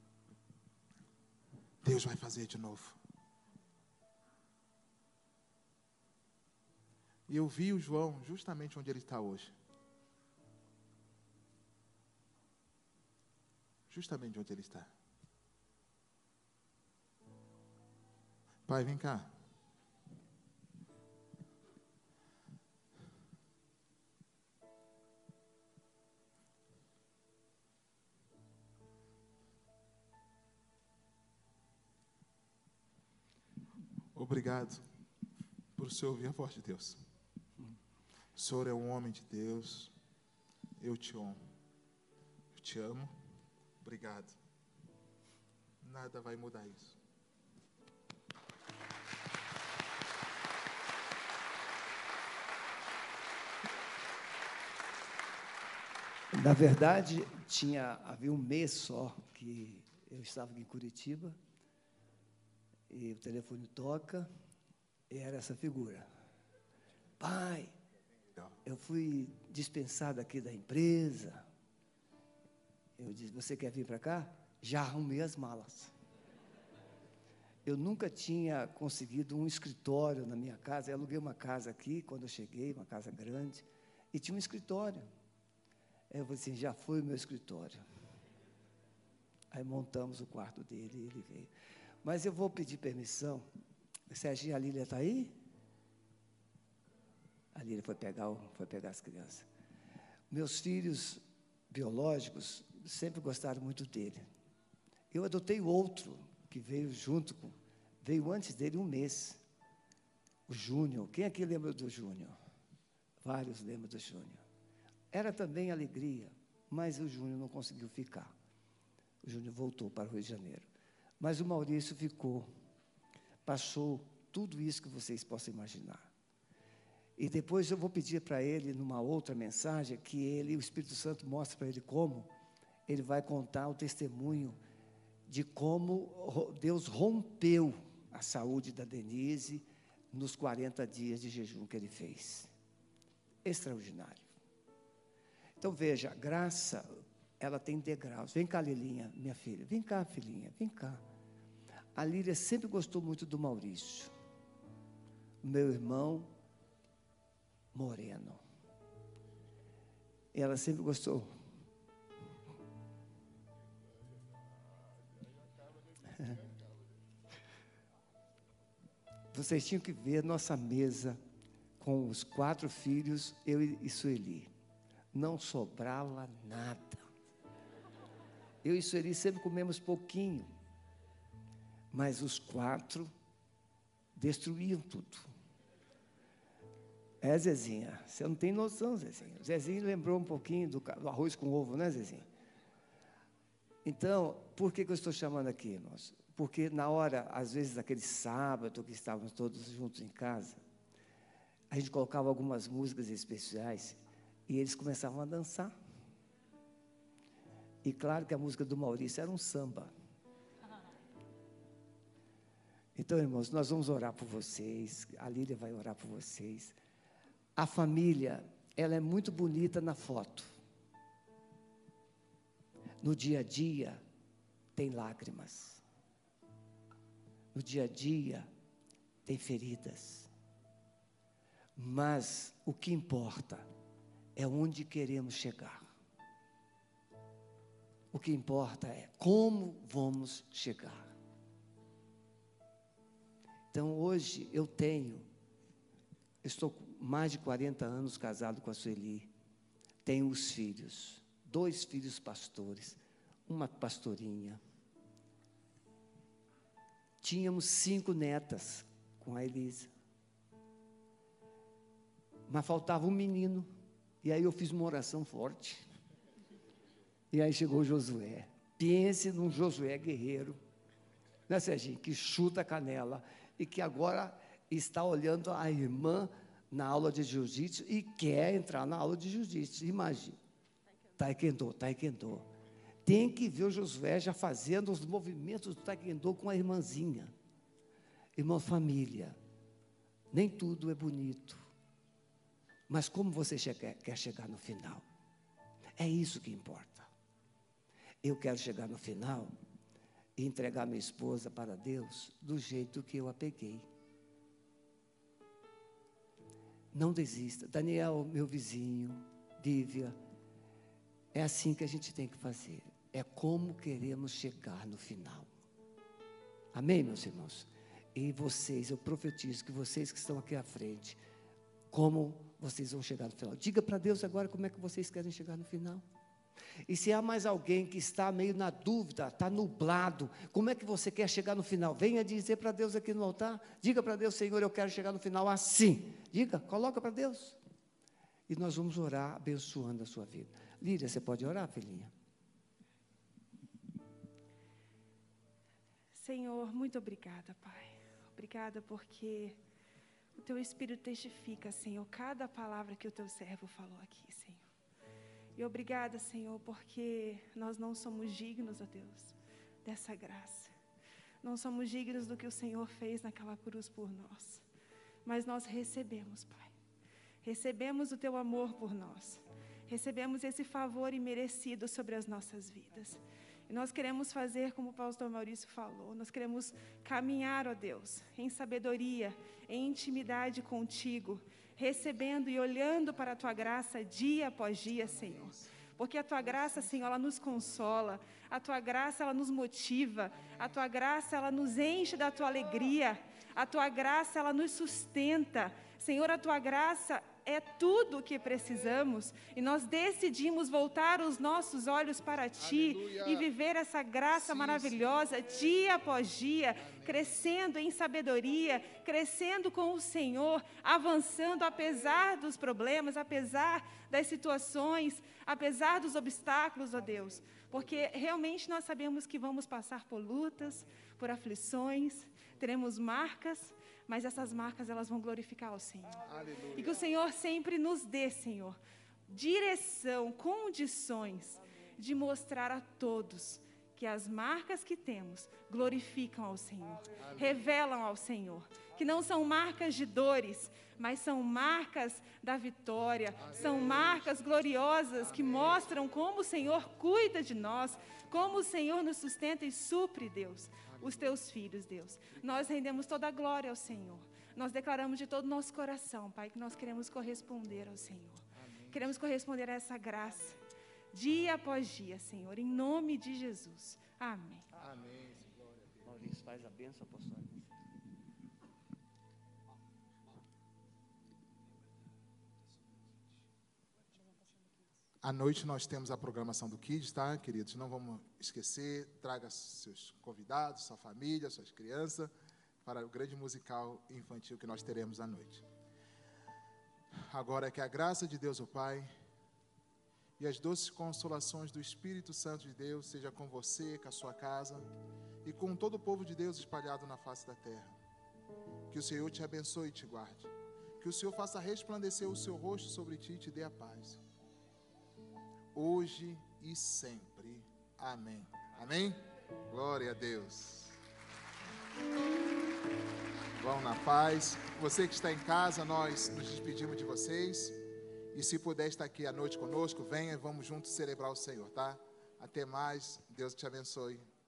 Deus vai fazer de novo. E eu vi o João justamente onde ele está hoje. Justamente onde ele está. Pai, vem cá. Obrigado por o Senhor ouvir a voz de Deus. O Senhor é um homem de Deus. Eu te honro. Eu te amo. Obrigado. Nada vai mudar isso. Na verdade, tinha, havia um mês só que eu estava aqui em Curitiba e o telefone toca e era essa figura. Pai, eu fui dispensado aqui da empresa. Eu disse: você quer vir para cá? Já arrumei as malas. Eu nunca tinha conseguido um escritório na minha casa. Eu aluguei uma casa aqui, quando eu cheguei, uma casa grande, e tinha um escritório. Eu falei assim: já foi o meu escritório. Aí montamos o quarto dele e ele veio. Mas eu vou pedir permissão. Serginho, a Lília está aí? A Lília foi pegar, foi pegar as crianças. Meus filhos biológicos sempre gostaram muito dele. Eu adotei outro, que veio junto com... Veio antes dele um mês. O Júnior. Quem aqui lembra do Júnior? Vários lembram do Júnior. Era também alegria, mas o Júnior não conseguiu ficar. O Júnior voltou para o Rio de Janeiro. Mas o Maurício ficou. Passou tudo isso que vocês possam imaginar. E depois eu vou pedir para ele, numa outra mensagem, que ele, o Espírito Santo mostre para ele como ele vai contar o testemunho de como Deus rompeu a saúde da Denise nos quarenta dias de jejum que ele fez. Extraordinário. Então, veja, a graça, ela tem degraus. Vem cá, Lilinha, minha filha. Vem cá, filhinha, vem cá. A Lília sempre gostou muito do Maurício. Meu irmão moreno. Ela sempre gostou. Vocês tinham que ver nossa mesa com os quatro filhos, eu e Sueli. Não sobrava nada. Eu e Sueli sempre comemos pouquinho. Mas os quatro destruíam tudo. É, Zezinha, você não tem noção, Zezinha. O Zezinho lembrou um pouquinho do, do arroz com ovo, né, Zezinha? Então, por que, que eu estou chamando aqui, irmãos? Porque na hora, às vezes, aquele sábado que estávamos todos juntos em casa, a gente colocava algumas músicas especiais e eles começavam a dançar. E claro que a música do Maurício era um samba. Então, irmãos, nós vamos orar por vocês, a Lília vai orar por vocês. A família, ela é muito bonita na foto. No dia a dia, tem lágrimas. No dia a dia, tem feridas. Mas o que importa é onde queremos chegar. O que importa é como vamos chegar. Então, hoje, eu tenho, eu estou com mais de quarenta anos casado com a Sueli, tenho os filhos, dois filhos pastores, uma pastorinha. Tínhamos cinco netas com a Elisa. Mas faltava um menino, e aí eu fiz uma oração forte. E aí chegou o Josué. Pense num Josué guerreiro, né, Serginho? Que chuta a canela e que agora está olhando a irmã na aula de jiu-jitsu e quer entrar na aula de jiu-jitsu. Imagina. Taekwondo, taekwondo. Tem que ver o Josué já fazendo os movimentos do taekwondo com a irmãzinha. Irmã, família, nem tudo é bonito. Mas como você quer, quer chegar no final? É isso que importa. Eu quero chegar no final e entregar minha esposa para Deus do jeito que eu a peguei. Não desista. Daniel, meu vizinho, Lívia, é assim que a gente tem que fazer. É como queremos chegar no final. Amém, meus irmãos? E vocês, eu profetizo que vocês que estão aqui à frente, como vocês vão chegar no final. Diga para Deus agora como é que vocês querem chegar no final. E se há mais alguém que está meio na dúvida, está nublado, como é que você quer chegar no final? Venha dizer para Deus aqui no altar. Diga para Deus, Senhor, eu quero chegar no final assim. Diga, coloca para Deus. E nós vamos orar abençoando a sua vida. Lídia, você pode orar, filhinha? Senhor, muito obrigada, Pai. Obrigada porque o Teu Espírito testifica, Senhor, cada palavra que o Teu servo falou aqui, Senhor. E obrigada, Senhor, porque nós não somos dignos, ó Deus, dessa graça. Não somos dignos do que o Senhor fez naquela cruz por nós. Mas nós recebemos, Pai. Recebemos o Teu amor por nós. Recebemos esse favor imerecido sobre as nossas vidas. E nós queremos fazer como o pastor Maurício falou. Nós queremos caminhar, ó Deus, em sabedoria, em intimidade contigo, recebendo e olhando para a Tua graça dia após dia, Senhor. Porque a Tua graça, Senhor, ela nos consola. A Tua graça, ela nos motiva. A Tua graça, ela nos enche da Tua alegria. A Tua graça, ela nos sustenta. Senhor, a Tua graça é tudo o que precisamos. E nós decidimos voltar os nossos olhos para Ti. Aleluia. E viver essa graça sim, maravilhosa, sim. Dia após dia, amém. Crescendo em sabedoria, crescendo com o Senhor, avançando apesar dos problemas, apesar das situações, apesar dos obstáculos, ó Deus. Porque realmente nós sabemos que vamos passar por lutas, por aflições, teremos marcas, mas essas marcas, elas vão glorificar ao Senhor. Aleluia. E que o Senhor sempre nos dê, Senhor, direção, condições de mostrar a todos que as marcas que temos glorificam ao Senhor, aleluia. Revelam ao Senhor, que não são marcas de dores, mas são marcas da vitória, aleluia. São marcas gloriosas, aleluia. Que mostram como o Senhor cuida de nós, como o Senhor nos sustenta e supre, Deus, os Teus filhos, Deus. Nós rendemos toda a glória ao Senhor. Nós declaramos de todo o nosso coração, Pai, que nós queremos corresponder ao Senhor. Amém. Queremos corresponder a essa graça, dia após dia, Senhor, em nome de Jesus. Amém. Amém. Maurício, faz a bênção apostólica. À noite nós temos a programação do Kids, tá, queridos? Não vamos esquecer, traga seus convidados, sua família, suas crianças. para o grande musical infantil que nós teremos à noite. Agora que a graça de Deus o Pai e as doces consolações do Espírito Santo de Deus seja com você, com a sua casa e com todo o povo de Deus espalhado na face da terra. Que o Senhor te abençoe e te guarde. Que o Senhor faça resplandecer o seu rosto sobre ti e te dê a paz. Hoje e sempre. Amém. Amém? Glória a Deus. Vão na paz. Você que está em casa, nós nos despedimos de vocês. E se puder estar aqui à noite conosco, venha e vamos juntos celebrar o Senhor, tá? Até mais. Deus te abençoe.